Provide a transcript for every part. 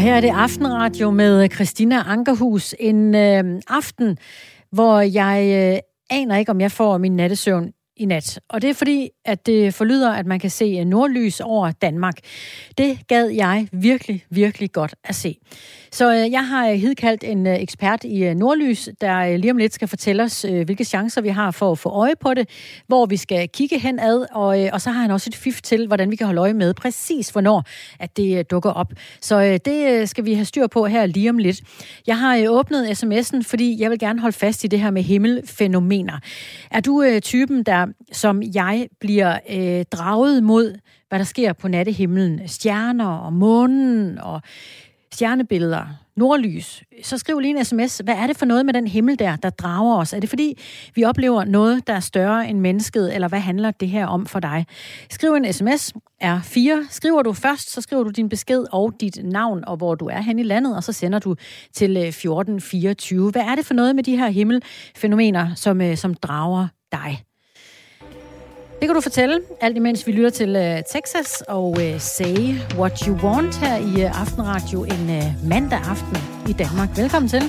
Og her er det Aftenradio med Christina Ankerhus. En aften, hvor jeg aner ikke, om jeg får min nattesøvn i nat. Og det er fordi, at det forlyder, at man kan se nordlys over Danmark. Det gad jeg virkelig, virkelig godt at se. Så jeg har hidkaldt en ekspert i nordlys, der lige om lidt skal fortælle os, hvilke chancer vi har for at få øje på det, hvor vi skal kigge henad, og så har han også et fif til, hvordan vi kan holde øje med præcis, hvornår at det dukker op. Så det skal vi have styr på her lige om lidt. Jeg har åbnet sms'en, fordi jeg vil gerne holde fast i det her med himmelfænomener. Er du typen, der som jeg bliver draget mod, hvad der sker på nattehimlen, stjerner og månen og stjernebilleder, nordlys, så skriv lige en sms. Hvad er det for noget med den himmel der drager os? Er det fordi, vi oplever noget, der er større end mennesket, eller hvad handler det her om for dig? Skriv en sms, R4. Skriver du først, så skriver du din besked og dit navn, og hvor du er hen i landet, og så sender du til 1424. Hvad er det for noget med de her himmelfænomener, som drager dig? Det kan du fortælle, alt imens vi lytter til Texas og Say What You Want her i Aftenradio en mandag aften i Danmark. Velkommen til.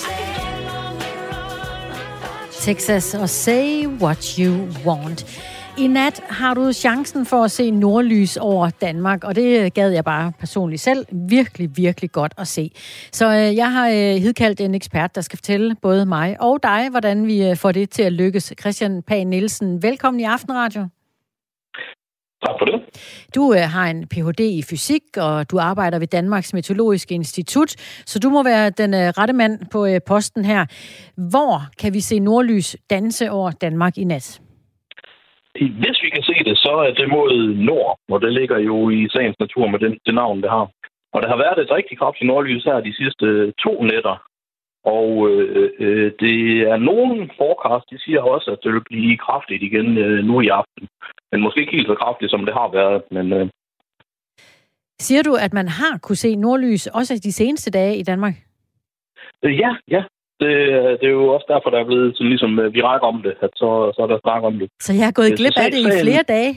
Texas og Say What You Want. I nat har du chancen for at se nordlys over Danmark, og det gad jeg bare personligt selv virkelig, virkelig godt at se. Så jeg har hidkaldt en ekspert, der skal fortælle både mig og dig, hvordan vi får det til at lykkes. Christian Pagh Nielsen, velkommen i Aftenradio. Tak for det. Du har en Ph.D. i fysik, og du arbejder ved Danmarks Meteorologiske Institut, så du må være den rette mand på posten her. Hvor kan vi se nordlys danse over Danmark i nat? Hvis vi kan se det, så er det mod nord, og det ligger jo i sagens natur med det navn, det har. Og der har været et rigtig kraftigt nordlys her de sidste 2 nætter. Og det er nogen forecast, de siger også, at det vil blive kraftigt igen nu i aften. Men måske ikke helt så kraftigt, som det har været. Men siger du, at man har kunne se nordlys også de seneste dage i Danmark? Ja. Det er jo også derfor, der er blevet sådan ligesom viral om det, at så er der snak om det. Så jeg er gået glip af det i flere dage?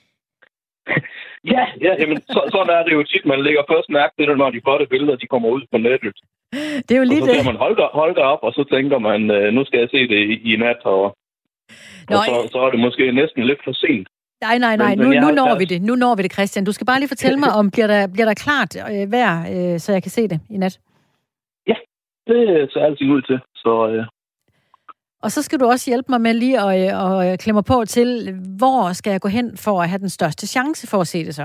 Ja, jamen, sådan er det jo tit. Man lægger først mærke til det, når de flotte billeder de kommer ud på nettet. Det er jo lige og så det. Man hold da op, og så tænker man, nu skal jeg se det i nat, og så er det måske næsten lidt for sent. Nej. Nu når vi det. Nu når vi det, Christian. Du skal bare lige fortælle mig, om bliver der klart vejr, så jeg kan se det i nat? Ja, det ser altid ud til. Så, Og så skal du også hjælpe mig med lige at klemme på til, hvor skal jeg gå hen for at have den største chance for at se det så?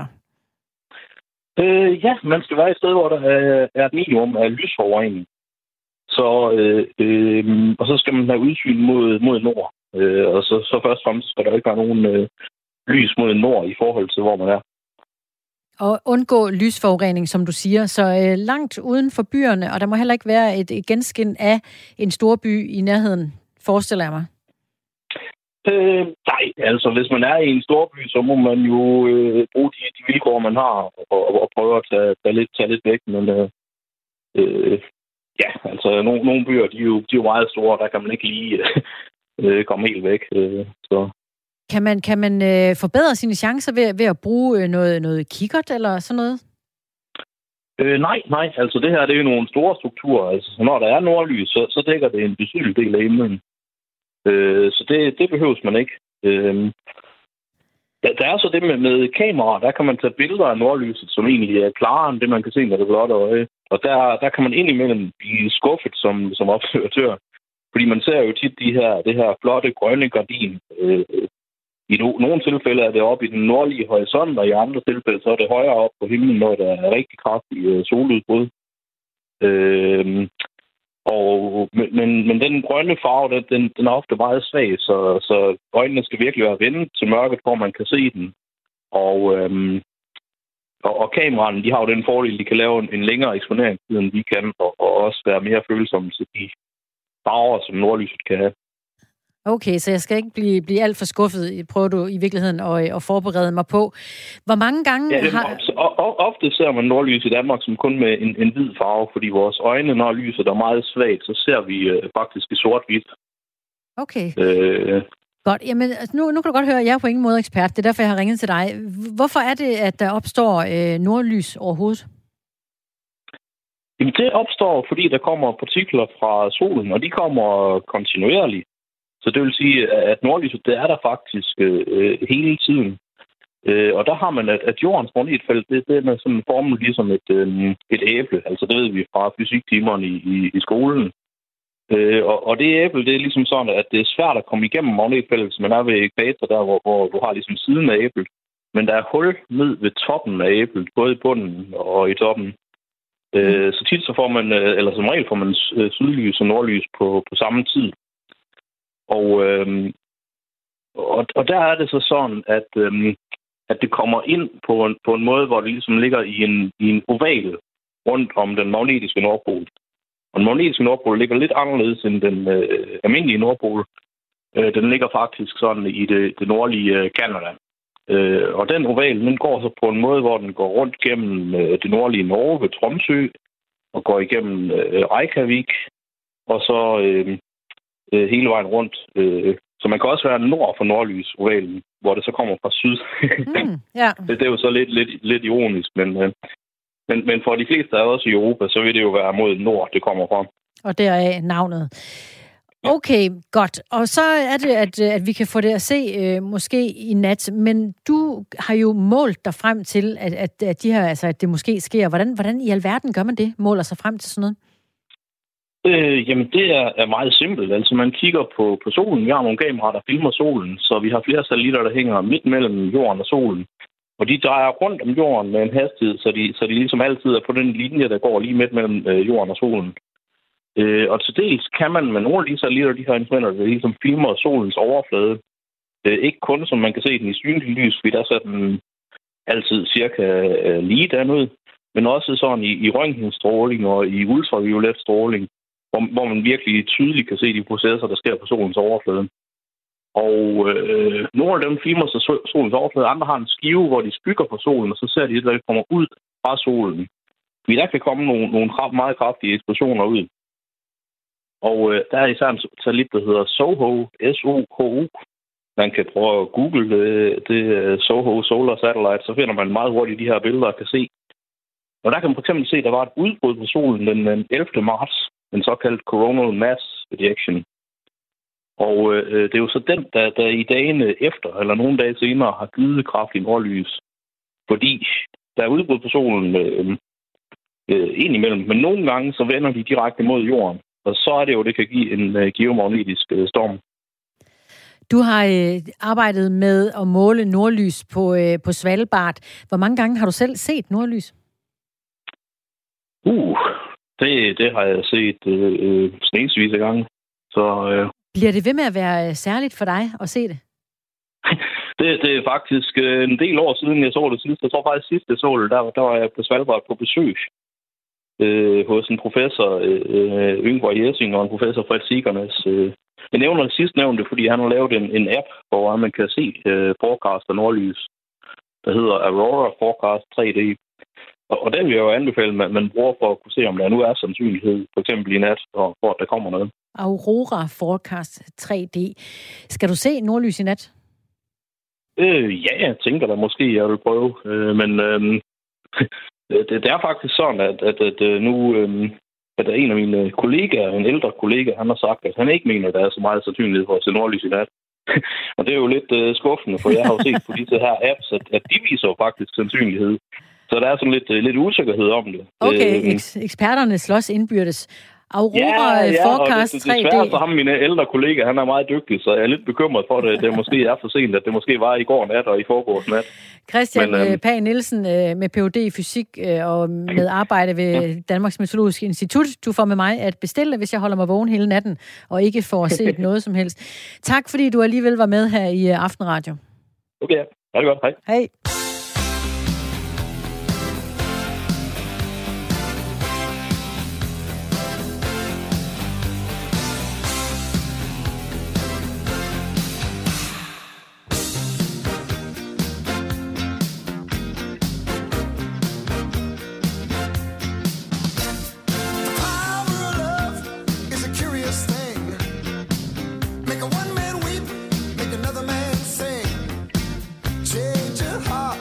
Ja, man skal være et sted, hvor der er et minimum af lysforurening. Og så skal man have udsyn mod nord. Og så først og fremmest skal der ikke være nogen lys mod nord i forhold til, hvor man er. Og undgå lysforurening, som du siger, så langt uden for byerne, og der må heller ikke være et genskin af en storby i nærheden, forestiller jeg mig. Nej, altså hvis man er i en storby, så må man jo bruge de vilkår, man har, og prøve at tage lidt væk. Men ja, altså nogle byer, de er jo meget store, og der kan man ikke lige komme helt væk. Så. Kan man forbedre sine chancer ved at bruge noget kikkert eller sådan noget? Nej. Altså det her, det er jo nogle store strukturer. Altså når der er nordlys, så dækker det en betydelig del af himlen. Så det behøves man ikke. Der er så det med kameraer, der kan man tage billeder af nordlyset, som egentlig er klarere end det, man kan se med det blotte øje. Og der kan man indimellem blive skuffet som observatør. Fordi man ser jo tit det her flotte grønne gardin. I nogle tilfælde er det oppe i den nordlige horisont, og i andre tilfælde så er det højere op på himlen, når der er rigtig kraftig soludbrud. Men den grønne farve, den er ofte meget svag, så øjnene skal virkelig være vendt til mørket, hvor man kan se den. Og kameraerne, de har jo den fordel, de kan lave en længere eksponeringstid, end vi kan, og også være mere følsomme til de farver, som nordlyset kan have. Okay, så jeg skal ikke blive alt for skuffet, prøver du i virkeligheden at forberede mig på. Hvor mange gange ofte ser man nordlys i Danmark som kun med en hvid farve, fordi vores øjne, når lyset er meget svagt, så ser vi faktisk i sort-hvidt. Okay. Godt. Jamen, altså, nu kan du godt høre, at jeg er på ingen måde ekspert. Det er derfor, jeg har ringet til dig. Hvorfor er det, at der opstår nordlys overhovedet? Jamen, det opstår, fordi der kommer partikler fra solen, og de kommer kontinuerligt. Så det vil sige, at nordlyset, det er der faktisk hele tiden. Og der har man, at jordens magnetfelt, det er sådan formet ligesom et æble. Altså det ved vi fra fysiktimerne i skolen. Og det æble, det er ligesom sådan, at det er svært at komme igennem magnetfeltet, så man er ved ekvator der, hvor du har ligesom siden af æblet. Men der er hul ned ved toppen af æblet, både i bunden og i toppen. Så tit så får man, eller som regel får man sydlys og nordlys på samme tid. Og der er det så sådan, at det kommer ind på en måde, hvor det ligesom ligger i en oval rundt om den magnetiske nordpol. Og den magnetiske nordpol ligger lidt anderledes end den almindelige nordpol. Den ligger faktisk sådan i det nordlige Canada. Og den oval, den går så på en måde, hvor den går rundt gennem det nordlige Norge ved Tromsø, og går igennem Reykjavik, og så hele vejen rundt. Så man kan også være nord for nordlysovalen, hvor det så kommer fra syd. Ja. Det er jo så lidt ironisk, men for de fleste af os i Europa, så vil det jo være mod nord, det kommer fra. Og deraf navnet. Okay, godt. Og så er det, at vi kan få det at se måske i nat. Men du har jo målt dig frem til, at de her, altså, at det måske sker. Hvordan i alverden gør man det? Måler sig frem til sådan noget? Jamen, det er meget simpelt. Altså, man kigger på solen. Vi har nogle kameraer, der filmer solen, så vi har flere satellitter, der hænger midt mellem jorden og solen. Og de drejer rundt om jorden med en hastighed, så de ligesom altid er på den linje, der går lige midt mellem jorden og solen. Og til dels kan man med nogle af de satellitter, de her instrumenter, der ligesom filmer solens overflade, ikke kun som man kan se den i synlig lys, fordi der er den altid cirka lige dernede, men også sådan i røntgenstråling og i ultraviolet stråling, hvor man virkelig tydeligt kan se de processer, der sker på solens overflade. Og nogle af dem filmer sig solens overflade, andre har en skive, hvor de skygger på solen, og så ser de, at der kommer ud fra solen. Fordi der kan komme nogle meget kraftige eksplosioner ud. Og der er især en satellit, der hedder SOHO, S-O-H-O. Man kan prøve at google det SOHO Solar Satellite, så finder man meget hurtigt de her billeder og kan se. Og der kan man for eksempel se, at der var et udbrud på solen den 11. marts, en såkaldt coronal mass ejection. Og det er jo så den, der i dagene efter, eller nogle dage senere, har givet kraftig nordlys. Fordi der er udbrud på solen indimellem, men nogle gange så vender de direkte mod jorden. Og så er det jo, det kan give en geomagnetisk storm. Du har arbejdet med at måle nordlys på Svalbard. Hvor mange gange har du selv set nordlys? Det har jeg set snedsvis af gange. Så, bliver det ved med at være særligt for dig at se det? Det er faktisk en del år siden, jeg så det sidste. Jeg tror faktisk sidste så det, der var jeg på Svalbard på besøg hos en professor, Yngvar Jessing, og en professor Fred Sigernes. Jeg nævner sidst nævnte, fordi han har lavet en app, hvor man kan se forecast af nordlys, der hedder Aurora Forecast 3D. Og den vil jeg jo anbefale, at man bruger for at kunne se, om der nu er sandsynlighed, for eksempel i nat, og hvor der kommer noget. Aurora Forecast 3D. Skal du se nordlys i nat? Ja, jeg tænker da måske, jeg vil prøve. Men det er faktisk sådan, at nu at der er en af mine kollegaer, en ældre kollega, han har sagt, at han ikke mener, at der er så meget sandsynlighed for at se nordlys i nat. Og det er jo lidt skuffende, for jeg har jo set på disse her apps, at de viser jo faktisk sandsynlighed. Så der er sådan lidt usikkerhed om det. Okay, eksperterne slås indbyrdes. Aurora Forecast 3D. Det er svært for ham, mine ældre kollega, han er meget dygtig, så jeg er lidt bekymret for, at det måske er for sent, at det måske var i går nat og i forgårs nat. Christian Pagh Nielsen med Ph.D. i fysik og med arbejde ved Danmarks Meteorologiske Institut. Du får med mig at bestille, hvis jeg holder mig vågen hele natten og ikke får set noget som helst. Tak, fordi du alligevel var med her i Aftenradio. Okay, ha' det godt. Hej. Hej. Change your heart.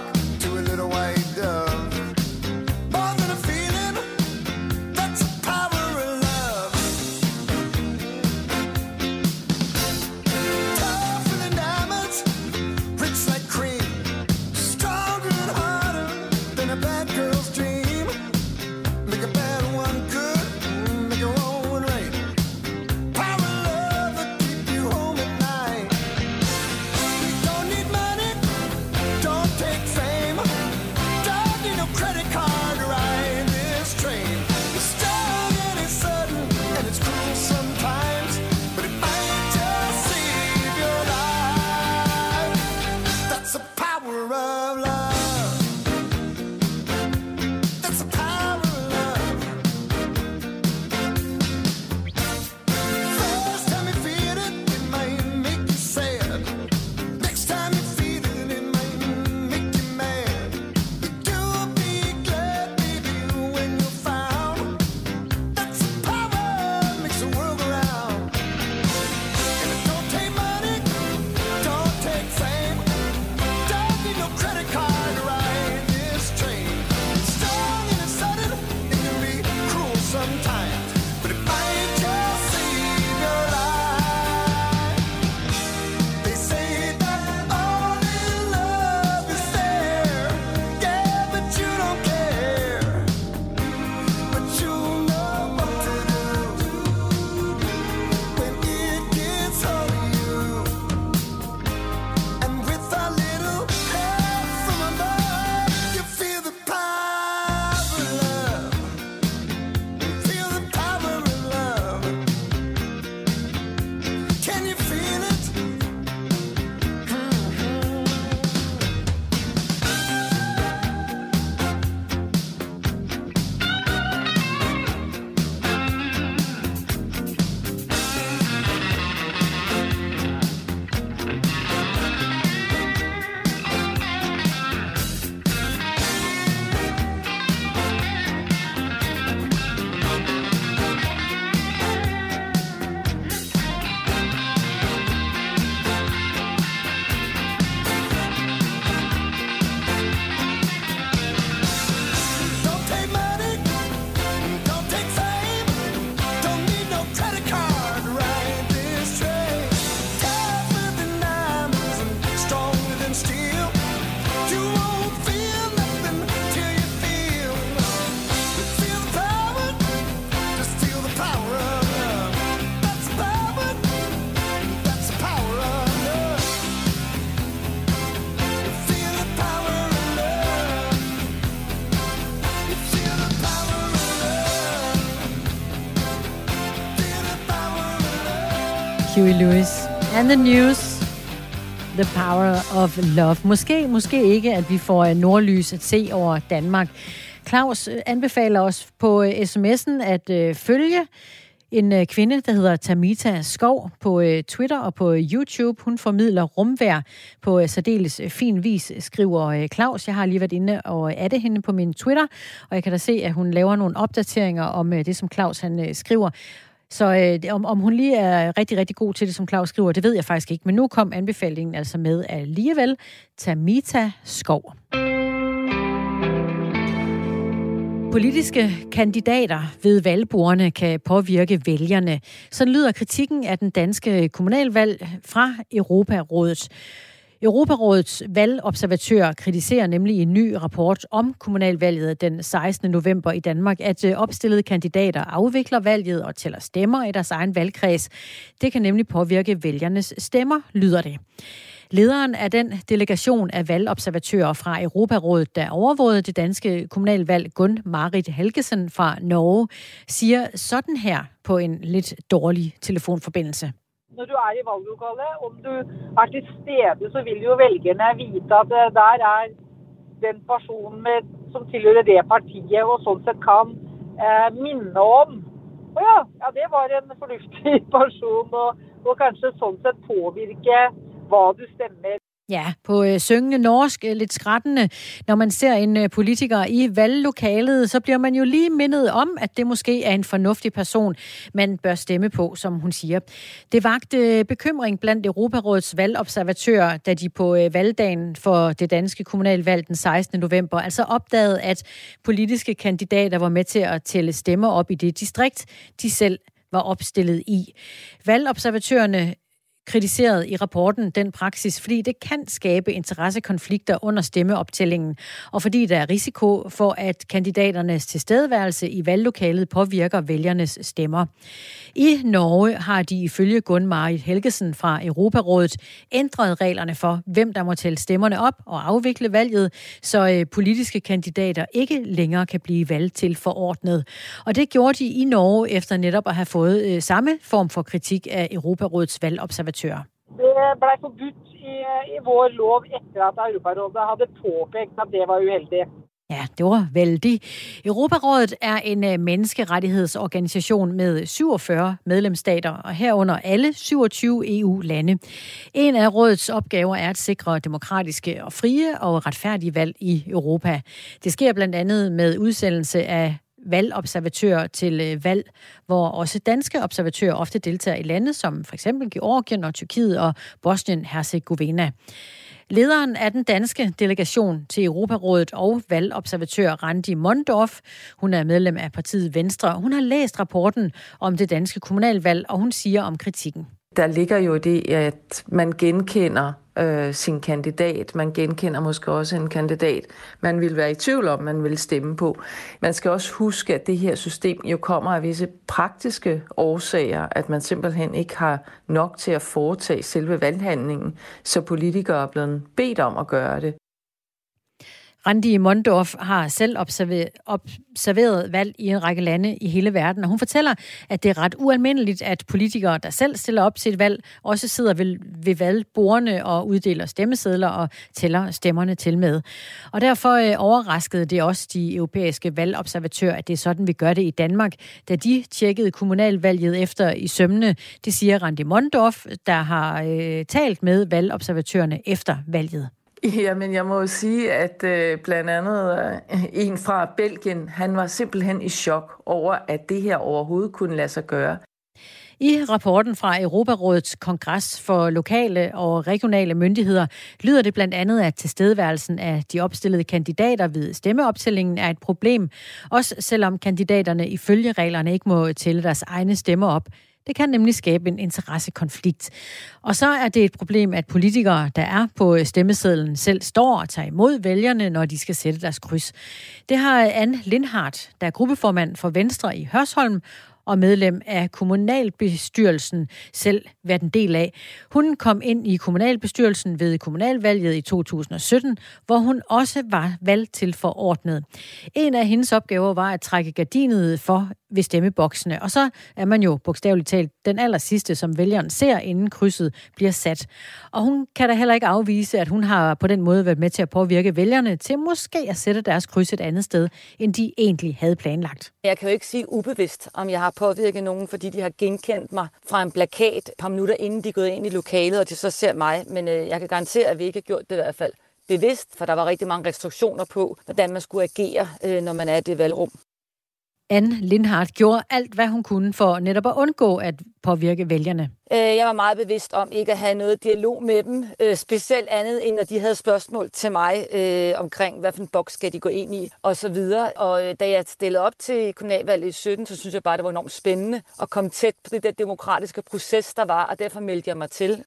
Huey Lewis. And the News. The Power of Love. Måske ikke, at vi får nordlys at se over Danmark. Claus anbefaler os på sms'en at følge en kvinde, der hedder Tamita Skov på Twitter og på YouTube. Hun formidler rumvejr på særdeles fin vis, skriver Claus. Jeg har lige været inde og adde hende på min Twitter, og jeg kan da se, at hun laver nogle opdateringer om det, som Claus han skriver. Så om hun lige er rigtig, rigtig god til det, som Claus skriver, det ved jeg faktisk ikke. Men nu kom anbefalingen altså med alligevel. Tamita Skov. Politiske kandidater ved valgbordene kan påvirke vælgerne. Sådan lyder kritikken af den danske kommunalvalg fra Europarådet. Europarådets valgobservatør kritiserer nemlig i en ny rapport om kommunalvalget den 16. november i Danmark, at opstillede kandidater afvikler valget og tæller stemmer i deres egen valgkreds. Det kan nemlig påvirke vælgernes stemmer, lyder det. Lederen af den delegation af valgobservatører fra Europarådet, der overvågede det danske kommunalvalg, Gunn Marit Helgesen fra Norge, siger sådan her på en lidt dårlig telefonforbindelse. Når du er i valglokalet, om du er til stede, så vil jo vælgerne vite, at der er den person, som tilhører det partiet, og sådan set kan minde om. Og ja, det var en fornuftig person, og kanskje sådan set påvirke hvad du stemmer. Ja, på syngende norsk, lidt skrættende. Når man ser en politiker i valglokalet, så bliver man jo lige mindet om, at det måske er en fornuftig person, man bør stemme på, som hun siger. Det vagte bekymring blandt Europarådets valgobservatører, da de på valgdagen for det danske kommunalvalg den 16. november altså opdagede, at politiske kandidater var med til at tælle stemmer op i det distrikt, de selv var opstillet i. Valgobservatørerne kritiseret i rapporten den praksis, fordi det kan skabe interessekonflikter under stemmeoptællingen, og fordi der er risiko for, at kandidaternes tilstedeværelse i valglokalet påvirker vælgernes stemmer. I Norge har de ifølge Gunn Marit Helgesen fra Europarådet ændret reglerne for, hvem der må tælle stemmerne op og afvikle valget, så politiske kandidater ikke længere kan blive valgt til forordnet. Og det gjorde de i Norge efter netop at have fået samme form for kritik af Europarådets valgobservatører. Det blev forbudt i vår lov efter at Europarådet havde påpeget, at det var uheldigt. Ja, det var vældig. Europarådet er en menneskerettighedsorganisation med 47 medlemsstater, og herunder alle 27 EU-lande. En af rådets opgaver er at sikre demokratiske og frie og retfærdige valg i Europa. Det sker blandt andet med udsendelse af valgobservatører til valg, hvor også danske observatører ofte deltager i lande som for eksempel Georgien og Tyrkiet og Bosnien-Herzegovina. Lederen af den danske delegation til Europarådet og valgobservatør Randi Mondorf, hun er medlem af partiet Venstre, hun har læst rapporten om det danske kommunalvalg, og hun siger om kritikken. Der ligger jo det, at man genkender sin kandidat. Man genkender måske også en kandidat, man vil være i tvivl om, man vil stemme på. Man skal også huske, at det her system jo kommer af visse praktiske årsager, at man simpelthen ikke har nok til at foretage selve valghandlingen, så politikere er blevet bedt om at gøre det. Randi Mondorf har selv observeret valg i en række lande i hele verden, og hun fortæller, at det er ret ualmindeligt, at politikere, der selv stiller op til et valg, også sidder ved valgbordene og uddeler stemmesedler og tæller stemmerne til med. Og derfor overraskede det også de europæiske valgobservatører, at det er sådan, vi gør det i Danmark, da de tjekkede kommunalvalget efter i sømmene. Det siger Randi Mondorf, der har talt med valgobservatørerne efter valget. Jamen, jeg må jo sige, at blandt andet en fra Belgien, han var simpelthen i chok over, at det her overhovedet kunne lade sig gøre. I rapporten fra Europarådets kongres for lokale og regionale myndigheder lyder det blandt andet, at tilstedeværelsen af de opstillede kandidater ved stemmeoptællingen er et problem, også selvom kandidaterne ifølge reglerne ikke må tælle deres egne stemmer op. Det kan nemlig skabe en interessekonflikt. Og så er det et problem, at politikere, der er på stemmesedlen, selv står og tager imod vælgerne, når de skal sætte deres kryds. Det har Anne Lindhardt, der er gruppeformand for Venstre i Hørsholm og medlem af kommunalbestyrelsen, selv været en del af. Hun kom ind i kommunalbestyrelsen ved kommunalvalget i 2017, hvor hun også var valgt til forordnet. En af hendes opgaver var at trække gardinet for ved stemmeboksene. Og så er man jo bogstaveligt talt den aller sidste, som vælgeren ser, inden krydset bliver sat. Og hun kan da heller ikke afvise, at hun har på den måde været med til at påvirke vælgerne til måske at sætte deres kryds et andet sted, end de egentlig havde planlagt. Jeg kan jo ikke sige ubevidst, om jeg har påvirket nogen, fordi de har genkendt mig fra en plakat et par minutter inden de er gået ind i lokalet, og de så ser mig. Men jeg kan garantere, at vi ikke har gjort det i hvert fald bevidst, for der var rigtig mange restriktioner på, hvordan man skulle agere, når man er i det valgrum. Anne Lindhardt gjorde alt, hvad hun kunne for netop at undgå at påvirke vælgerne. Jeg var meget bevidst om ikke at have noget dialog med dem, specielt andet end når de havde spørgsmål til mig omkring, hvad for en boks skal de gå ind i osv. Og da jeg stillede op til kommunalvalget i 17, så synes jeg bare, det var enormt spændende at komme tæt på det der demokratiske proces, der var, og derfor meldte jeg mig til.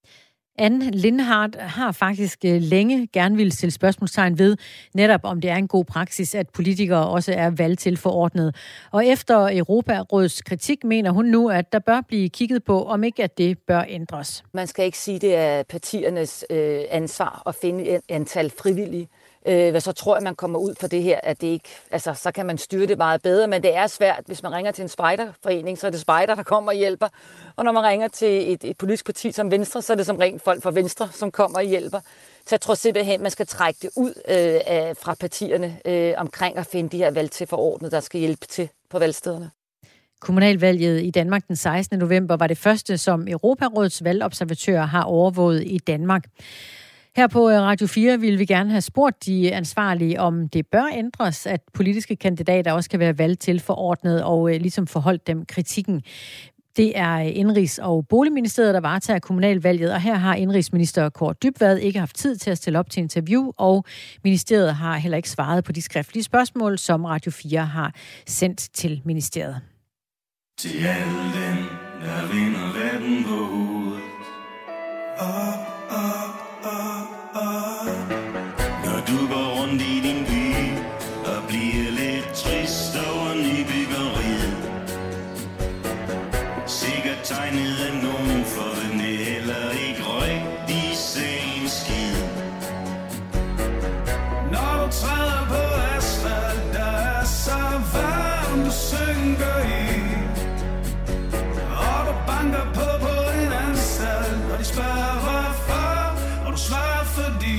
Anne Lindhardt har faktisk længe gerne ville stille spørgsmålstegn ved, netop om det er en god praksis, at politikere også er valgtilforordnet. Og efter Europarådets kritik mener hun nu, at der bør blive kigget på, om ikke at det bør ændres. Man skal ikke sige, at det er partiernes ansvar at finde et antal frivillige. Hvad så tror jeg, man kommer ud for det her, at det ikke, altså, så kan man styre det meget bedre, men det er svært. Hvis man ringer til en spejderforening, så er det spejder, der kommer og hjælper. Og når man ringer til et politisk parti som Venstre, så er det som rent folk fra Venstre, som kommer og hjælper. Så jeg tror simpelthen, man skal trække det ud fra partierne omkring at finde de her valgtilforordnede, der skal hjælpe til på valgstederne. Kommunalvalget i Danmark den 16. november var det første, som Europarådets valgobservatører har overvåget i Danmark. Her på Radio 4 ville vi gerne have spurgt de ansvarlige, om det bør ændres, at politiske kandidater også kan være valgtilforordnet og ligesom forholdt dem kritikken. Det er Indenrigs- og Boligministeriet, der varetager kommunalvalget, og her har Indenrigsminister Kaare Dybvad ikke haft tid til at stille op til interview, og ministeriet har heller ikke svaret på de skriftlige spørgsmål, som Radio 4 har sendt til ministeriet. Til alle dem, der vinder verden på hovedet. Når du går rundt i din by og bliver lidt trist over nybyggeriet, sikkert tegnet af nogen, for hvem det heller ikke rigtig ser en skid. Når du træder på asfalt, der er så varm, du synker i, og du banker på en anstalt, og de spørger hvorfor, og du svarer fordi.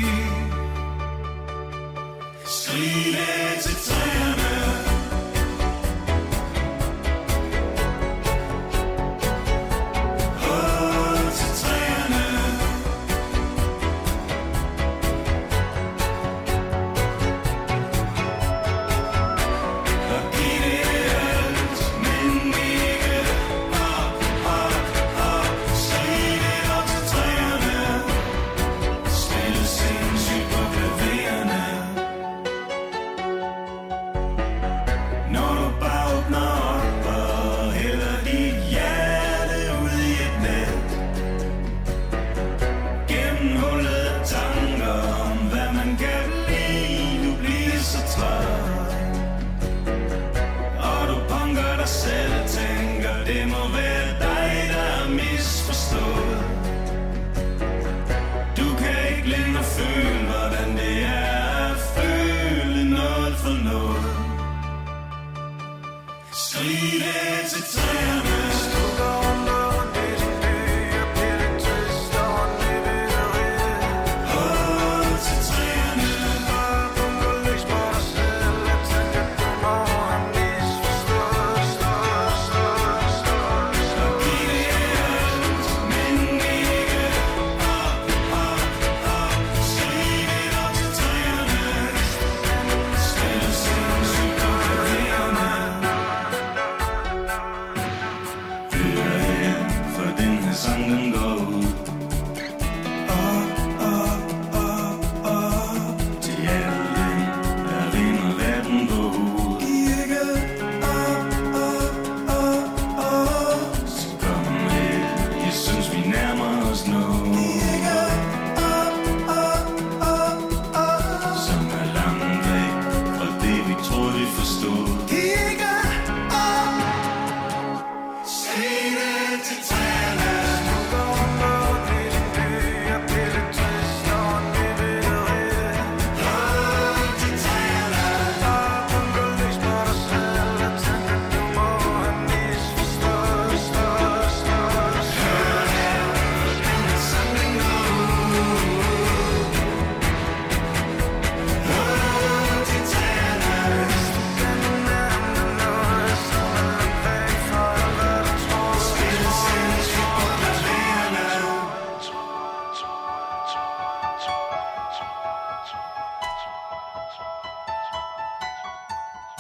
Skrig det til træerne, hold til træerne, og giv det alt, men ikke op. Skrig det op til træerne, spil sindssygt på klavererne. Når du bare åbner op og hælder dit hjerte ud i et net, gennemhullede tanker om hvad man kan blive, du bliver så træt, og du punker dig selv, tænker det må være dig, der er misforstået. Du kan ikke længere føle, hvordan det er at føle noget for noget. Skrig det til træerne. Hold til træerne.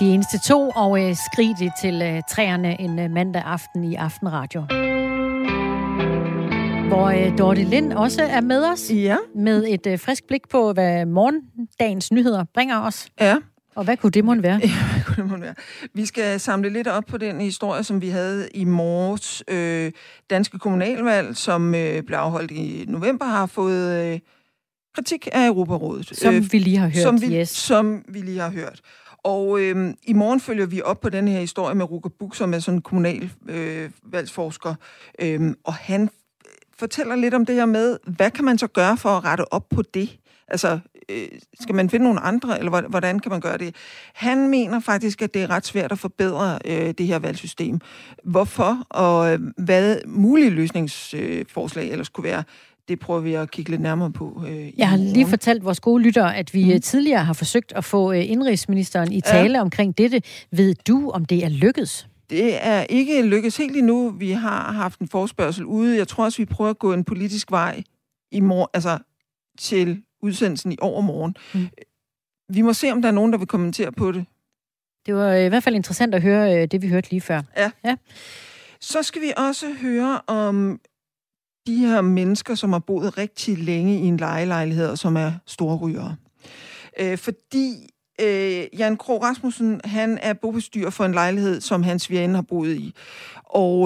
De eneste to, og skrig det til træerne en mandag aften i Aftenradio. Hvor Dorte Lind også er med os. Ja. Med et frisk blik på, hvad morgendagens nyheder bringer os. Ja. Og hvad kunne det måtte være? Ja, hvad kunne det måtte være? Vi skal samle lidt op på den historie, som vi havde i morges. Danske kommunalvalg, som blev afholdt i november, har fået kritik af Europarådet. Som vi lige har hørt, Som vi lige har hørt. Og i morgen følger vi op på den her historie med Rutger Buch, som er sådan en kommunalvalgsforsker. Og han fortæller lidt om det her med, hvad kan man så gøre for at rette op på det? Altså, skal man finde nogle andre, eller hvordan kan man gøre det? Han mener faktisk, at det er ret svært at forbedre det her valgsystem. Hvorfor, og hvad mulige løsningsforslag ellers kunne være, det prøver vi at kigge lidt nærmere på. Jeg har lige fortalt vores gode lyttere, at vi tidligere har forsøgt at få indrigsministeren i tale omkring dette. Ved du, om det er lykkedes? Det er ikke lykkedes helt endnu. Vi har haft en forespørgsel ude. Jeg tror også, vi prøver at gå en politisk vej i morgen, altså til udsendelsen i overmorgen. Vi må se, om der er nogen, der vil kommentere på det. Det var i hvert fald interessant at høre det, vi hørte lige før. Ja. Så skal vi også høre om de her mennesker, som har boet rigtig længe i en lejelejlighed, og som er storrygere. Fordi Jan Krog Rasmussen, han er bobestyrer for en lejlighed, som hans svigerinde har boet i. Og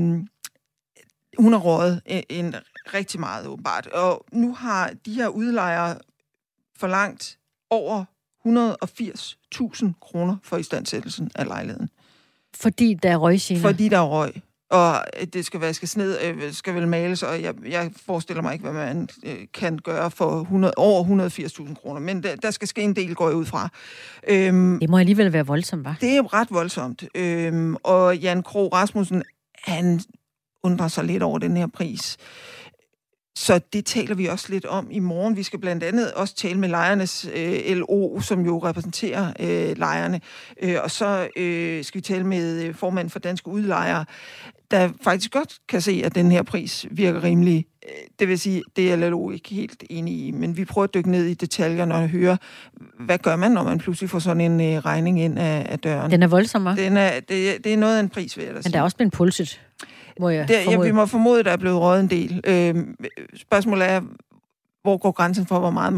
hun har røget en rigtig meget, åbenbart. Og nu har de her udlejere forlangt over 180.000 kroner for istandsættelsen af lejligheden. Fordi der er røggener? Fordi der er røg. Og det skal vaskes ned, skal vel males, og jeg forestiller mig ikke, hvad man kan gøre for over 180.000 kroner. Men der skal ske en del, går jeg ud fra. Det må alligevel være voldsomt, hva'? Det er jo ret voldsomt. Og Jan Krog Rasmussen, han undrer sig lidt over den her pris. Så det taler vi også lidt om i morgen. Vi skal blandt andet også tale med lejernes LO, som jo repræsenterer lejerne. Og så skal vi tale med formanden for Danske Udlejere, der faktisk godt kan se, at den her pris virker rimelig. Det vil sige, det er LO ikke helt enig i, men vi prøver at dykke ned i detaljerne og høre, hvad gør man, når man pludselig får sådan en regning ind af døren. Den er voldsom, hva'? Det er noget af en pris, vil jeg da sige. Men der er også blevet pulset, må jeg formode. Vi må formode, at der er blevet røget en del. Spørgsmålet er, hvor går grænsen for, hvor meget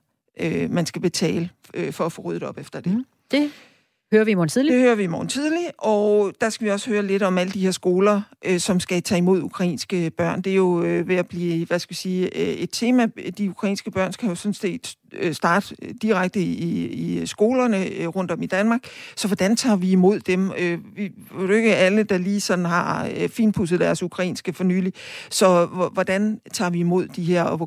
man skal betale for at få ryddet op efter det. Det hører vi i morgen tidlig. Det hører vi i morgen tidlig, og der skal vi også høre lidt om alle de her skoler, som skal tage imod ukrainske børn. Det er jo ved at blive, et tema. De ukrainske børn skal jo sådan set starte direkte i skolerne rundt om i Danmark. Så hvordan tager vi imod dem? Vi er jo ikke alle, der lige sådan har finpudset deres ukrainske for nylig. Så hvordan tager vi imod de her, og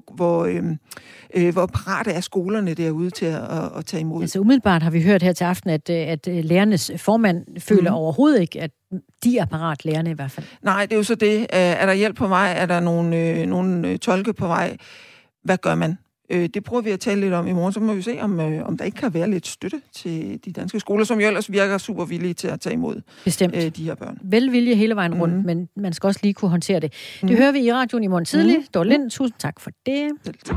hvor parate er skolerne derude til at tage imod? Altså umiddelbart har vi hørt her til aften, at lærernes formand føler overhovedet ikke, at de er parat, lærerne i hvert fald. Nej, det er jo så det. Er der hjælp på vej? Er der nogle tolke på vej? Hvad gør man? Det prøver vi at tale lidt om i morgen, så må vi se, om der ikke kan være lidt støtte til de danske skoler, som jo ellers virker super villige til at tage imod de her børn. Velvilje hele vejen rundt, men man skal også lige kunne håndtere det. Det hører vi i radioen i morgen tidlig. Dorte Lind, tusind tak for det.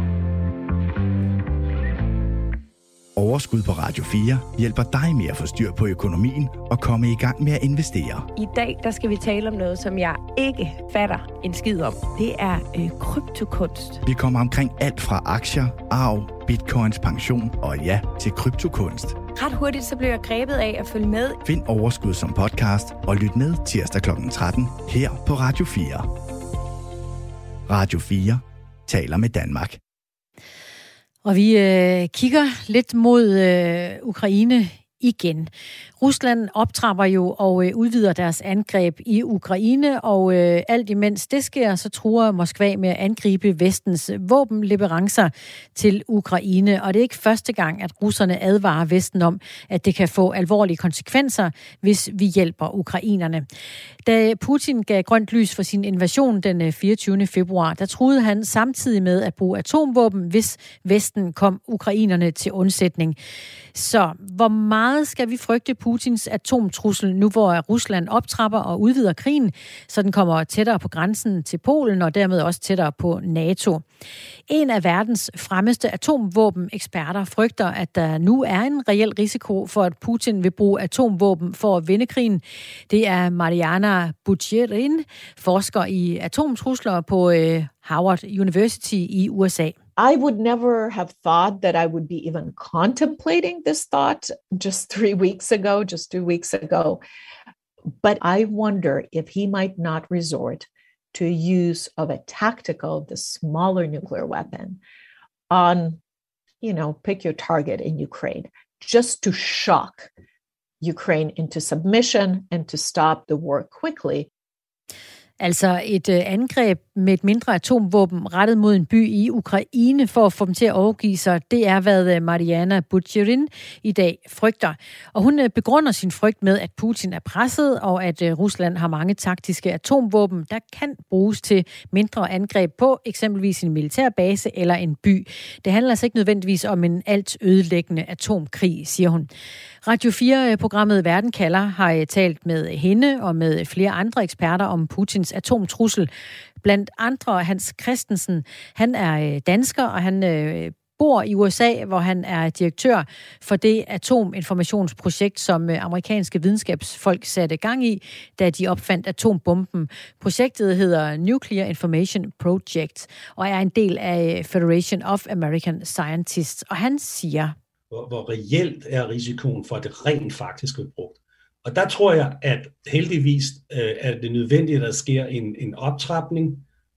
Overskud på Radio 4 hjælper dig med at få styr på økonomien og komme i gang med at investere. I dag der skal vi tale om noget, som jeg ikke fatter en skid om. Det er kryptokunst. Vi kommer omkring alt fra aktier, arv, bitcoins, pension og ja, til kryptokunst. Ret hurtigt så blev jeg grebet af at følge med. Find Overskud som podcast og lyt med tirsdag kl. 13 her på Radio 4. Radio 4 taler med Danmark. Og vi kigger lidt mod Ukraine igen. Rusland optrapper jo og udvider deres angreb i Ukraine, og alt imens det sker, så truer Moskva med at angribe vestens våbenleverancer til Ukraine. Og det er ikke første gang, at russerne advarer Vesten om, at det kan få alvorlige konsekvenser, hvis vi hjælper ukrainerne. Da Putin gav grønt lys for sin invasion den 24. februar, der truede han samtidig med at bruge atomvåben, hvis Vesten kom ukrainerne til undsætning. Så hvor meget meget skal vi frygte Putins atomtrussel, nu hvor Rusland optrapper og udvider krigen, så den kommer tættere på grænsen til Polen og dermed også tættere på NATO. En af verdens fremmeste atomvåbeneksperter frygter, at der nu er en reel risiko for, at Putin vil bruge atomvåben for at vinde krigen. Det er Mariana Buterin, forsker i atomtrusler på Howard University i USA. I would never have thought that I would be even contemplating this thought just 2 weeks ago. But I wonder if he might not resort to use of a tactical, the smaller nuclear weapon on, pick your target in Ukraine, just to shock Ukraine into submission and to stop the war quickly. Altså et angreb med et mindre atomvåben rettet mod en by i Ukraine for at få dem til at overgive sig, det er, hvad Mariana Buterin i dag frygter. Og hun begrunder sin frygt med, at Putin er presset, og at Rusland har mange taktiske atomvåben, der kan bruges til mindre angreb på eksempelvis en militærbase eller en by. Det handler altså ikke nødvendigvis om en alt ødelæggende atomkrig, siger hun. Radio 4-programmet Verden kalder har talt med hende og med flere andre eksperter om Putins atomtrussel. Blandt andre Hans Christensen. Han er dansker, og han bor i USA, hvor han er direktør for det atominformationsprojekt, som amerikanske videnskabsfolk satte gang i, da de opfandt atombomben. Projektet hedder Nuclear Information Project og er en del af Federation of American Scientists. Og han siger, hvor reelt er risikoen for, at det rent faktisk bliver brugt. Og der tror jeg, at heldigvis er det nødvendigt, at der sker en optrapning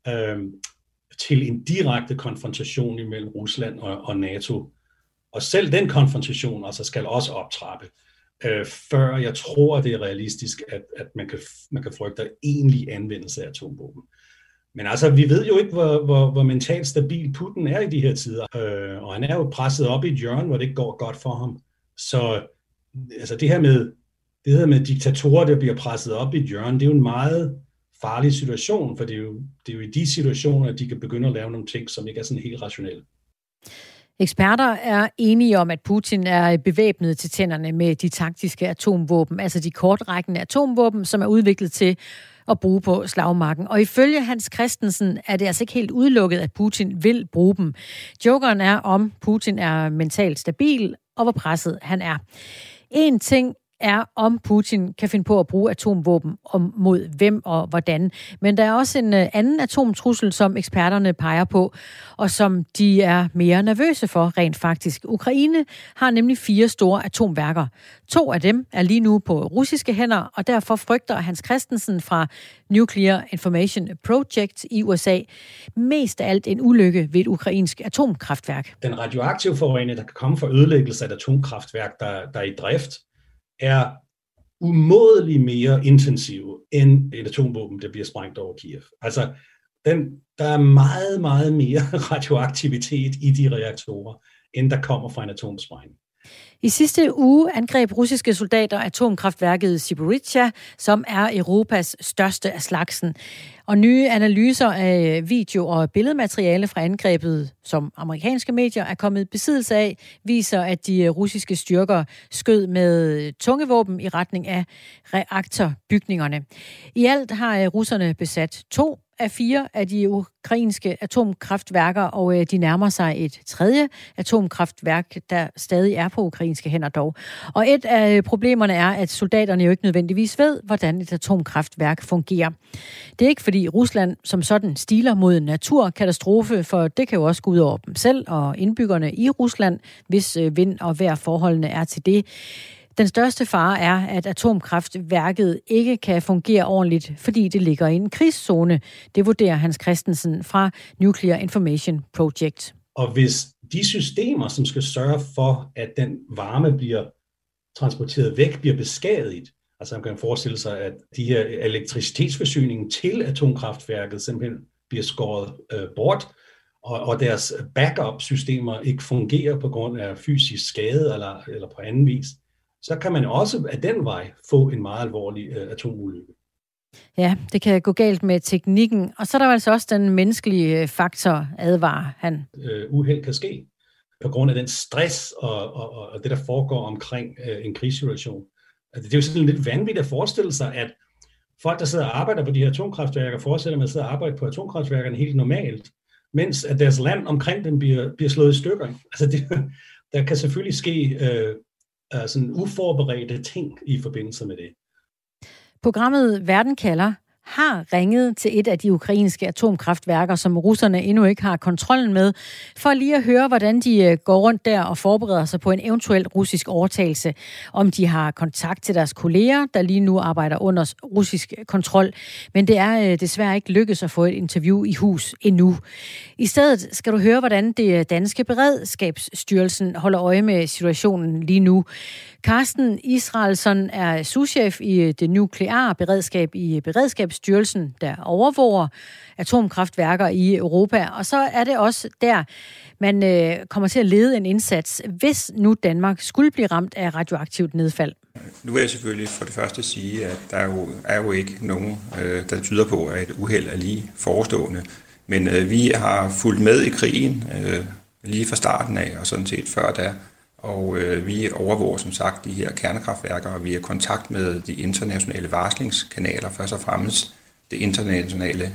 til en direkte konfrontation imellem Rusland og NATO. Og selv den konfrontation altså skal også optrappe, før jeg tror, det er realistisk, at man kan frygte egentlig anvendelse af atomvåben. Men altså, vi ved jo ikke, hvor mentalt stabil Putin er i de her tider. Og han er jo presset op i et hjørne, hvor det ikke går godt for ham. Så altså, det her med diktatorer, der bliver presset op i et hjørne, det er jo en meget farlig situation, for det er jo i de situationer, at de kan begynde at lave nogle ting, som ikke er sådan helt rationelle. Eksperter er enige om, at Putin er bevæbnet til tænderne med de taktiske atomvåben, altså de kortrækkende atomvåben, som er udviklet til at bruge på slagmarken. Og ifølge Hans Christensen er det altså ikke helt udelukket, at Putin vil bruge dem. Jokeren er, om Putin er mentalt stabil, og hvor presset han er. En ting er, om Putin kan finde på at bruge atomvåben mod hvem og hvordan. Men der er også en anden atomtrussel, som eksperterne peger på, og som de er mere nervøse for rent faktisk. Ukraine har nemlig 4 store atomværker. 2 af dem er lige nu på russiske hænder, og derfor frygter Hans Christensen fra Nuclear Information Project i USA mest af alt en ulykke ved et ukrainsk atomkraftværk. Den radioaktive forurening, der kan komme fra ødelæggelse af et atomkraftværk, der er i drift, er umådeligt mere intensiv end et atomvåben, der bliver sprængt over Kiev. Altså, der er meget, meget mere radioaktivitet i de reaktorer, end der kommer fra en atomsprængning. I sidste uge angreb russiske soldater atomkraftværket Zaporizhzhia, som er Europas største af slagsen. Og nye analyser af video- og billedmateriale fra angrebet, som amerikanske medier er kommet i besiddelse af, viser, at de russiske styrker skød med tunge våben i retning af reaktorbygningerne. I alt har russerne besat 2 af 4 af de ukrainske atomkraftværker, og de nærmer sig et 3. atomkraftværk, der stadig er på ukrainske hænder dog. Og et af problemerne er, at soldaterne jo ikke nødvendigvis ved, hvordan et atomkraftværk fungerer. Det er ikke fordi Rusland som sådan stiler mod en naturkatastrofe, for det kan jo også gå ud over dem selv og indbyggerne i Rusland, hvis vind- og vejrforholdene er til det. Den største fare er, at atomkraftværket ikke kan fungere ordentligt, fordi det ligger i en krigszone. Det vurderer Hans Christensen fra Nuclear Information Project. Og hvis de systemer, som skal sørge for, at den varme bliver transporteret væk, bliver beskadiget, altså man kan forestille sig, at de her elektricitetsforsyningen til atomkraftværket simpelthen bliver skåret bort, og deres backup-systemer ikke fungerer på grund af fysisk skade eller på anden vis, så kan man også af den vej få en meget alvorlig atomulykke. Ja, det kan gå galt med teknikken. Og så er der altså også den menneskelige faktor, advarer han. Uheld kan ske. på grund af den stress og det, der foregår omkring en krigssituation. Altså, det er jo sådan lidt vanvittigt at forestille sig, at folk, der sidder og arbejder på de her atomkraftværker, fortsætter med at sidde og arbejde på atomkraftværkerne helt normalt, mens at deres land omkring dem bliver slået i stykker. Altså, der kan selvfølgelig ske sådan uforberedte ting i forbindelse med det. Programmet Verden kalder har ringet til et af de ukrainske atomkraftværker, som russerne endnu ikke har kontrollen med, for lige at høre, hvordan de går rundt der og forbereder sig på en eventuel russisk overtagelse. Om de har kontakt til deres kolleger, der lige nu arbejder under russisk kontrol. Men det er desværre ikke lykkedes at få et interview i hus endnu. I stedet skal du høre, hvordan det danske Beredskabsstyrelsen holder øje med situationen lige nu. Carsten Israelsson er souschef i det nukleare beredskab i Beredskabsstyrelsen, der overvåger atomkraftværker i Europa. Og så er det også der, man kommer til at lede en indsats, hvis nu Danmark skulle blive ramt af radioaktivt nedfald. Nu vil jeg selvfølgelig for det første sige, at der er jo ikke nogen, der tyder på, at et uheld er lige forestående. Men vi har fulgt med i krigen lige fra starten af, og sådan set før da. Og vi overvåger som sagt de her kernekraftværker, og vi er i kontakt med de internationale varslingskanaler, først og fremmest det internationale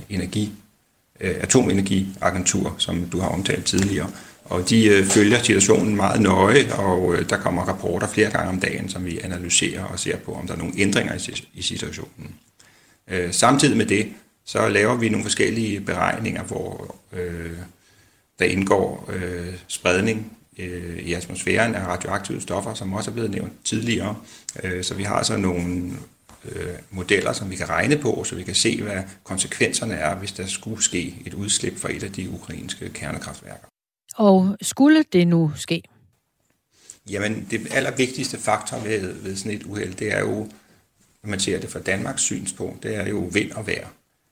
atomenergiagentur, som du har omtalt tidligere. Og de følger situationen meget nøje, og der kommer rapporter flere gange om dagen, som vi analyserer og ser på, om der er nogle ændringer i situationen. Samtidig med det, så laver vi nogle forskellige beregninger, hvor der indgår spredning i atmosfæren af radioaktive stoffer, som også er blevet nævnt tidligere. Så vi har altså nogle modeller, som vi kan regne på, så vi kan se, hvad konsekvenserne er, hvis der skulle ske et udslip fra et af de ukrainske kernekraftværker. Og skulle det nu ske? Jamen, det allervigtigste faktor ved sådan et uheld, det er jo, når man ser det fra Danmarks synspunkt, det er jo vind og vejr.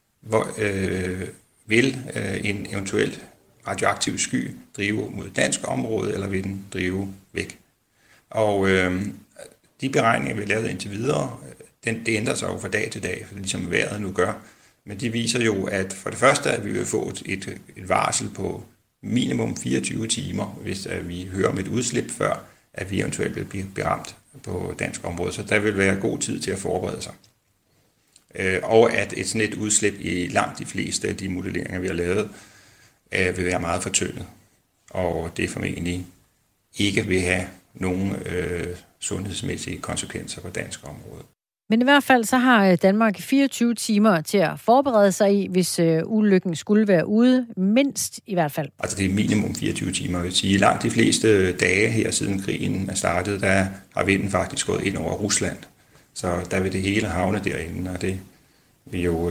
Vil en eventuel radioaktiv sky drive mod dansk område, eller vil den drive væk? Og de beregninger, vi har lavet indtil videre, det ændrer sig jo fra dag til dag, ligesom vejret nu gør. Men de viser jo, at for det første, at vi vil få et varsel på minimum 24 timer, hvis vi hører om et udslip, før at vi eventuelt vil blive ramt på dansk område. Så der vil være god tid til at forberede sig. Og at sådan et udslip i langt de fleste af de modelleringer, vi har lavet, vil være meget fortyndet. Og det formentlig ikke vil have nogen sundhedsmæssige konsekvenser på dansk område. Men i hvert fald så har Danmark 24 timer til at forberede sig i, hvis ulykken skulle være ude, mindst i hvert fald. Altså det er minimum 24 timer, vil sige. Langt de fleste dage her siden krigen er startet, der har vinden faktisk gået ind over Rusland. Så der vil det hele havne derinde, og det vil jo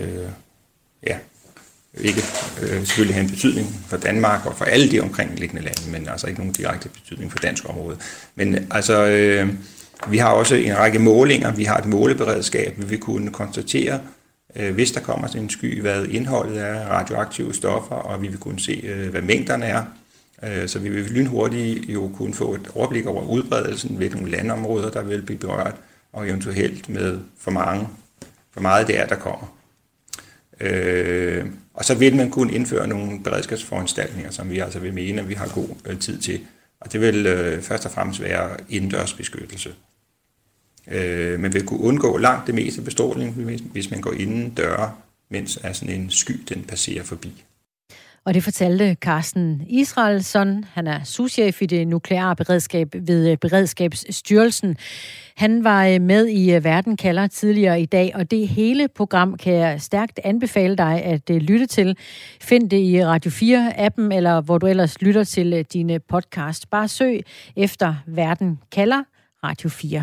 ikke selvfølgelig have en betydning for Danmark og for alle de omkringliggende lande, men altså ikke nogen direkte betydning for dansk område. Men altså, vi har også en række målinger, vi har et måleberedskab, vi vil kunne konstatere, hvis der kommer til en sky, hvad indholdet er af radioaktive stoffer, og vi vil kunne se, hvad mængderne er. Så vi vil lynhurtigt jo kunne få et overblik over udbredelsen ved nogle landområder, der vil blive berørt, og eventuelt med for meget det er, der kommer. Og så vil man kunne indføre nogle beredskabsforanstaltninger, som vi altså vil mene, at vi har god tid til. Og det vil først og fremmest være indendørsbeskyttelse. Man vil kunne undgå langt det meste bestråling, hvis man går inden døre, mens sådan en sky den passerer forbi. Og det fortalte Carsten Israelsson. Han er souschef i det nukleare beredskab ved Beredskabsstyrelsen. Han var med i Verden kalder tidligere i dag, og det hele program kan jeg stærkt anbefale dig at lytte til. Find det i Radio 4-appen, eller hvor du ellers lytter til dine podcast. Bare søg efter Verden kalder Radio 4.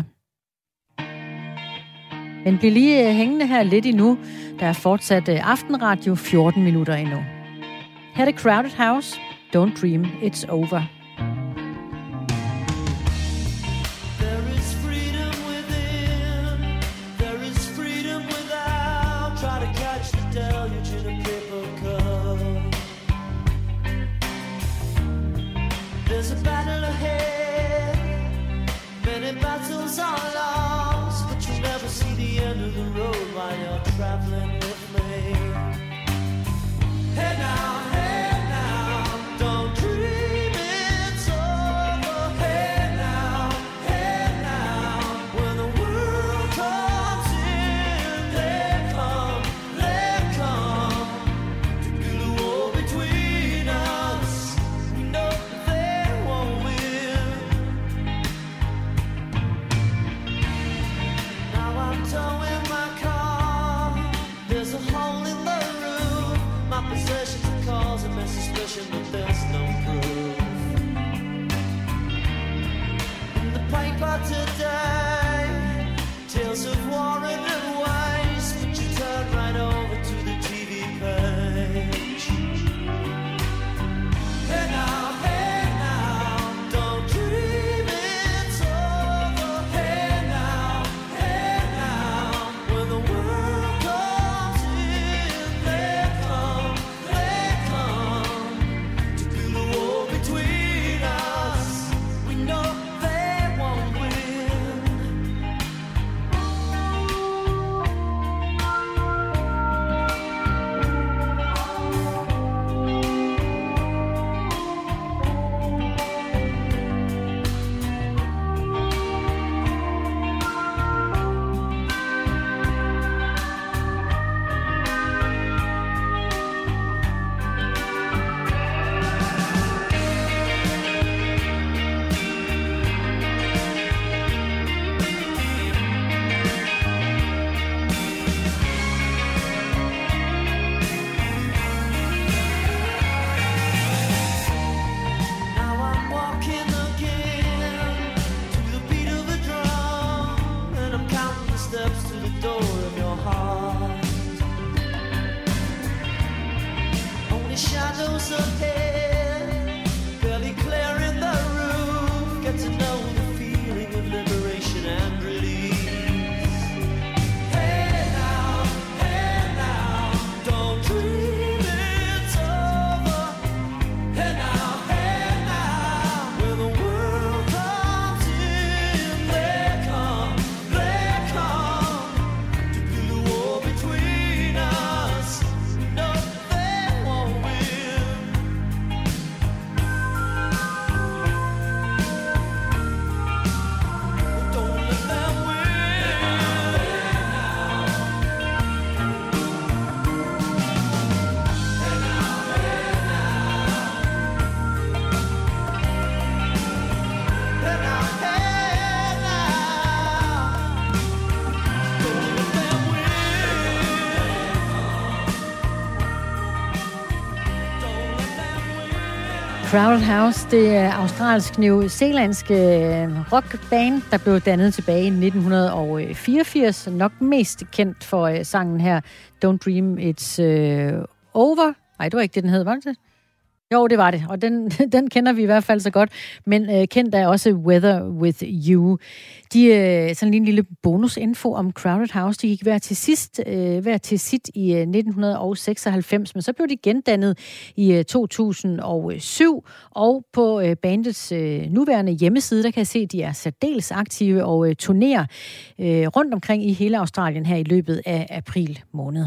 Men bliv lige hængende her lidt endnu. Der er fortsat aftenradio 14 minutter endnu. Her er det Crowded House. Don't dream it's over. There's a battle ahead. Many battles are lost, but you'll never see the end of the road while you're traveling with me. Hey now, don't dream it's over. paper today. Tales of war and waste, but you turn right over to the TV page. Hey now, don't dream it's over. Hey now, when the world comes in, they come to build a wall between us. We know they won't win. Now I'm walking again to the beat of a drum, and I'm counting the steps to the door of your heart. Only shadows ahead, barely clearing the roof. Get to know the feeling of liberation and release. Hey now, don't dream it's over. Hey now, when the world comes in, they come to build a wall between us. No, they won't win. Don't let them Crowded House, det er australsk-new-zealandske rockband, der blev dannet tilbage i 1984. Nok mest kendt for sangen her, Don't Dream It's Over. Nej, det var ikke det, den hed, var det det? Jo, det var det, og den kender vi i hvert fald så godt, men kendt er også Weather With You. De sådan en lille bonusinfo om Crowded House, de gik hver til sit i 1996, men så blev de gendannet i 2007, og på bandets nuværende hjemmeside, der kan jeg se, at de er særdeles aktive og turnerer rundt omkring i hele Australien her i løbet af april måned.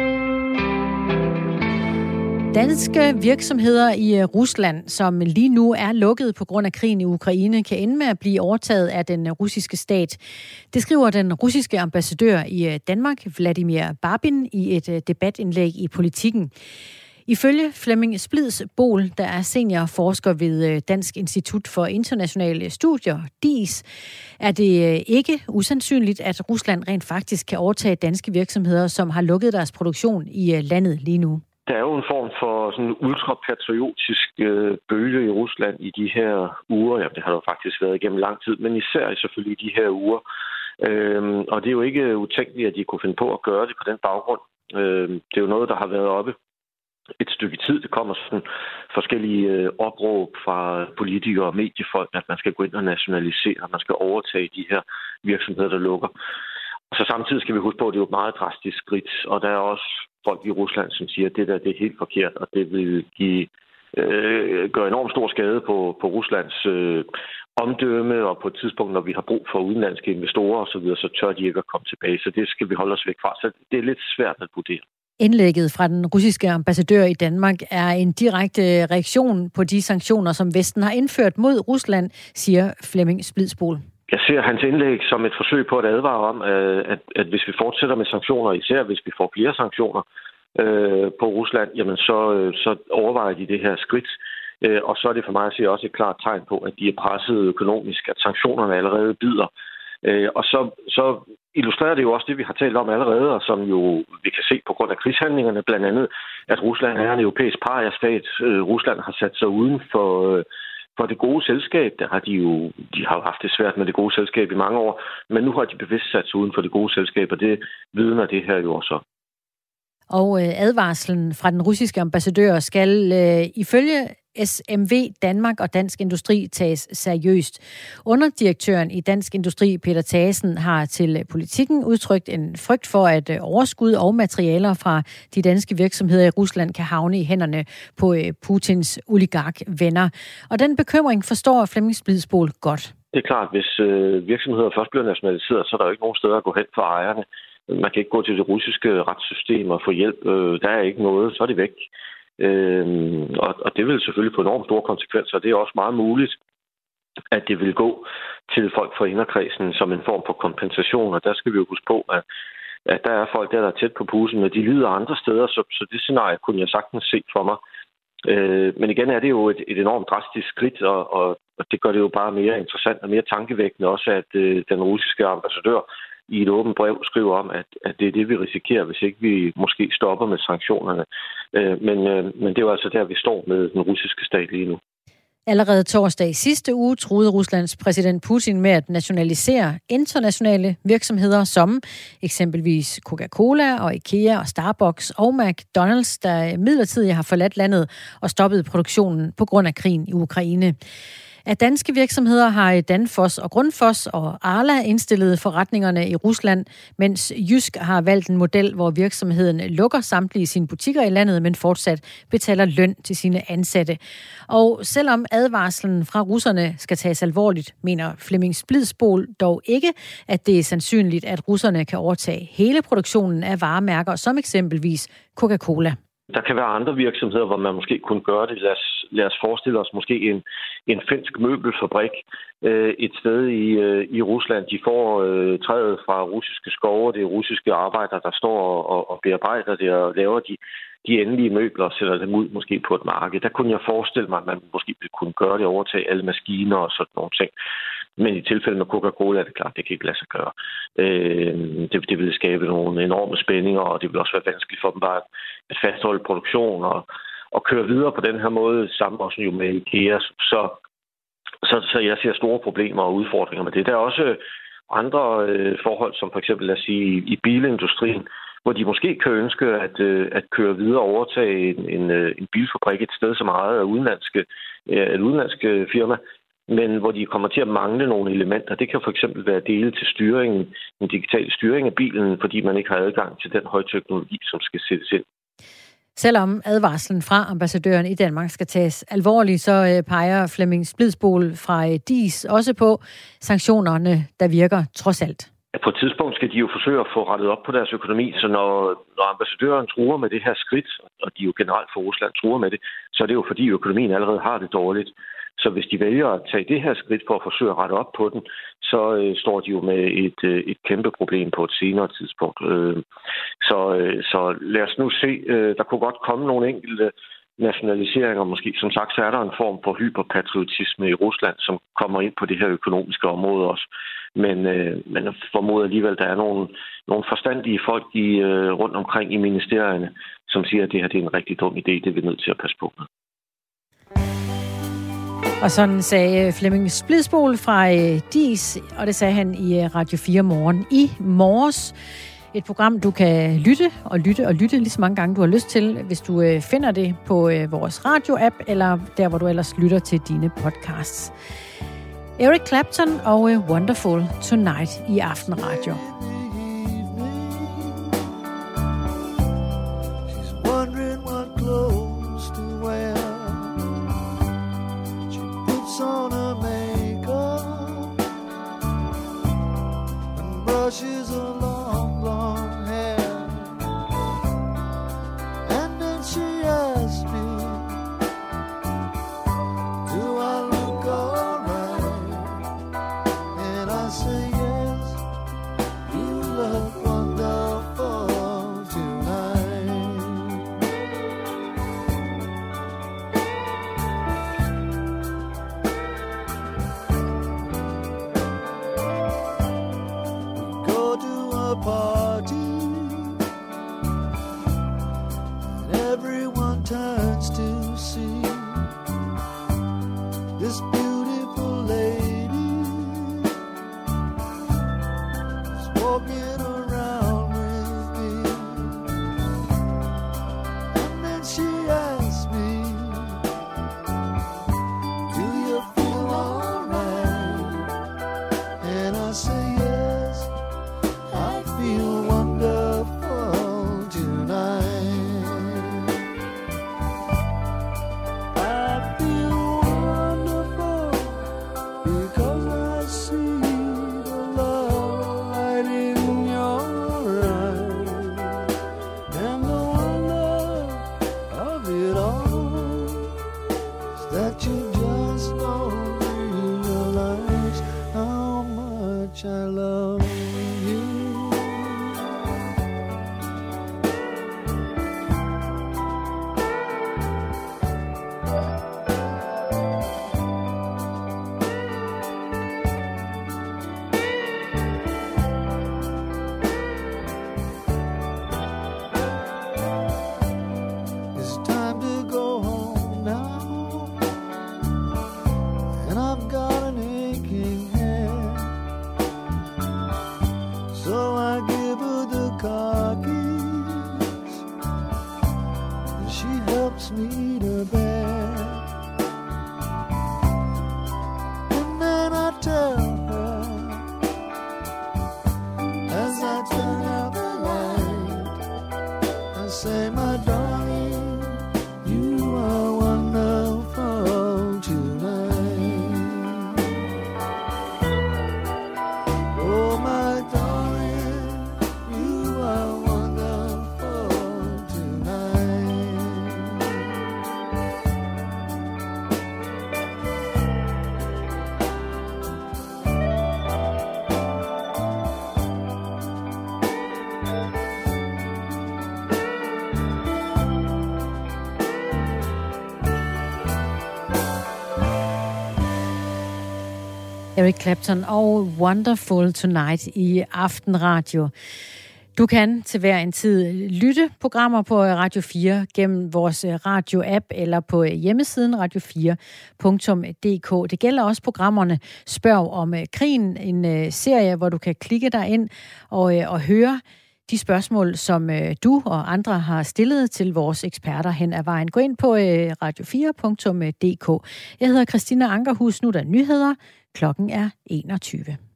Danske virksomheder i Rusland, som lige nu er lukket på grund af krigen i Ukraine, kan ende med at blive overtaget af den russiske stat. Det skriver den russiske ambassadør i Danmark, Vladimir Barbin, i et debatindlæg i Politikken. Ifølge Flemming Splidsbol, der er seniorforsker ved Dansk Institut for Internationale Studier, DIS, er det ikke usandsynligt, at Rusland rent faktisk kan overtage danske virksomheder, som har lukket deres produktion i landet lige nu. Der er jo en form for sådan en ultrapatriotisk bølge i Rusland i de her uger. Ja, det har der faktisk været igennem lang tid, men især selvfølgelig i de her uger. Og det er jo ikke utænkeligt, at de kunne finde på at gøre det på den baggrund. Det er jo noget, der har været oppe et stykke tid. Det kommer sådan forskellige opråb fra politikere og mediefolk, at man skal gå ind og nationalisere, at man skal overtage de her virksomheder, der lukker. Og så samtidig skal vi huske på, at det er jo et meget drastisk skridt, og der er også folk i Rusland, som siger, at det der det er helt forkert, og det vil gøre enormt stor skade på Ruslands omdømme, og på et tidspunkt, når vi har brug for udenlandske investorer osv., så tør de ikke at komme tilbage. Så det skal vi holde os væk fra. Så det er lidt svært at vurdere. Indlægget fra den russiske ambassadør i Danmark er en direkte reaktion på de sanktioner, som Vesten har indført mod Rusland, siger Flemming Splidsbol. Jeg ser hans indlæg som et forsøg på at advare om, at hvis vi fortsætter med sanktioner, især hvis vi får flere sanktioner på Rusland, jamen så overvejer de det her skridt. Og så er det for mig at se også et klart tegn på, at de er presset økonomisk, at sanktionerne allerede bider. Og så illustrerer det jo også det, vi har talt om allerede, og som jo vi kan se på grund af krigshandlingerne, blandt andet, at Rusland er en europæisk pariastat. Rusland har sat sig uden for for det gode selskab. De har jo haft det svært med det gode selskab i mange år, men nu har de bevidst sat sig uden for det gode selskab, og det vidner det her jo også. Og advarslen fra den russiske ambassadør skal ifølge SMV Danmark og Dansk Industri tages seriøst. Underdirektøren i Dansk Industri, Peter Thasen, har til Politikken udtrykt en frygt for, at overskud og materialer fra de danske virksomheder i Rusland kan havne i hænderne på Putins oligarkvenner. Og den bekymring forstår Flemming Splidsboel godt. Det er klart, hvis virksomheder først bliver nationaliseret, så er der jo ikke nogen steder at gå hen for ejerne. Man kan ikke gå til det russiske retssystem og få hjælp. Der er ikke noget, så er det væk. Og det vil selvfølgelig få enormt store konsekvenser. Det er også meget muligt, at det vil gå til folk fra inderkredsen som en form for kompensation. Og der skal vi jo huske på, at der er folk, der er tæt på pusen, og de lider andre steder, så det scenarie kunne jeg sagtens se for mig. Men igen er det jo et enormt drastisk skridt, og det gør det jo bare mere interessant og mere tankevækkende også, at den russiske ambassadør i et åbent brev skriver om, at det er det, vi risikerer, hvis ikke vi måske stopper med sanktionerne. Men det er jo altså der, vi står med den russiske stat lige nu. Allerede torsdag i sidste uge truede Ruslands præsident Putin med at nationalisere internationale virksomheder som eksempelvis Coca-Cola og IKEA og Starbucks og McDonald's, der midlertidigt har forladt landet og stoppet produktionen på grund af krigen i Ukraine. At danske virksomheder har Danfoss og Grundfos og Arla indstillet forretningerne i Rusland, mens Jysk har valgt en model, hvor virksomheden lukker samtlige sine butikker i landet, men fortsat betaler løn til sine ansatte. Og selvom advarslen fra russerne skal tages alvorligt, mener Flemming Splidsboel dog ikke, at det er sandsynligt, at russerne kan overtage hele produktionen af varemærker, som eksempelvis Coca-Cola. Der kan være andre virksomheder, hvor man måske kunne gøre det. Lad os forestille os måske en finsk møbelfabrik et sted i Rusland. De får træet fra russiske skove, det er russiske arbejdere, der står og bearbejder det og laver de endelige møbler og sætter dem ud måske på et marked. Der kunne jeg forestille mig, at man måske ville kunne gøre det, overtage alle maskiner og sådan nogle ting. Men i tilfælde med Coca-Cola er det klart, det kan ikke lade sig gøre. Det ville skabe nogle enorme spændinger, og det ville også være vanskeligt for dem bare at fastholde produktion og køre videre på den her måde, sammen også jo med IKEA. Så jeg ser store problemer og udfordringer med det. Der er også andre forhold, som for eksempel, lad os sige, i bilindustrien, hvor de måske kan ønske at køre videre og overtage en bilfabrik et sted, som er ejet af udenlandske firma, men hvor de kommer til at mangle nogle elementer. Det kan for eksempel være dele til styringen, den digitale styring af bilen, fordi man ikke har adgang til den højteknologi, som skal sættes ind. Selvom advarslen fra ambassadøren i Danmark skal tages alvorligt, så peger Flemming Splidsboel fra DIS også på sanktionerne, der virker trods alt. På et tidspunkt skal de jo forsøge at få rettet op på deres økonomi, så når ambassadøren truer med det her skridt, og de jo generelt for Rusland truer med det, så er det jo fordi økonomien allerede har det dårligt. Så hvis de vælger at tage det her skridt for at forsøge at rette op på den, så står de jo med et kæmpe problem på et senere tidspunkt. Så lad os nu se. Der kunne godt komme nogle enkelte nationaliseringer. Måske, som sagt, så er der en form for hyperpatriotisme i Rusland, som kommer ind på det her økonomiske område også. Men jeg formoder alligevel, at der er nogle forstandige folk rundt omkring i ministerierne, som siger, at det her det er en rigtig dum idé. Det er vi nødt til at passe på med. Og sådan sagde Flemming Splidsboel fra DIS, og det sagde han i Radio 4 Morgen i morges. Et program, du kan lytte lige så mange gange, du har lyst til, hvis du finder det på vores radio-app, eller der, hvor du ellers lytter til dine podcasts. Eric Clapton og Wonderful Tonight i Aftenradio. On her makeup and brushes her long, long hair, and then she asked me, do I look alright? And I say yes, Eric Clapton og Wonderful Tonight i Aftenradio. Du kan til hver en tid lytte programmer på Radio 4 gennem vores radio-app eller på hjemmesiden radio4.dk. Det gælder også programmerne Spørg om krigen, en serie, hvor du kan klikke dig ind og høre de spørgsmål, som du og andre har stillet til vores eksperter hen ad vejen. Gå ind på radio4.dk. Jeg hedder Christina Ankerhus. Nu er der nyheder. Klokken er 21.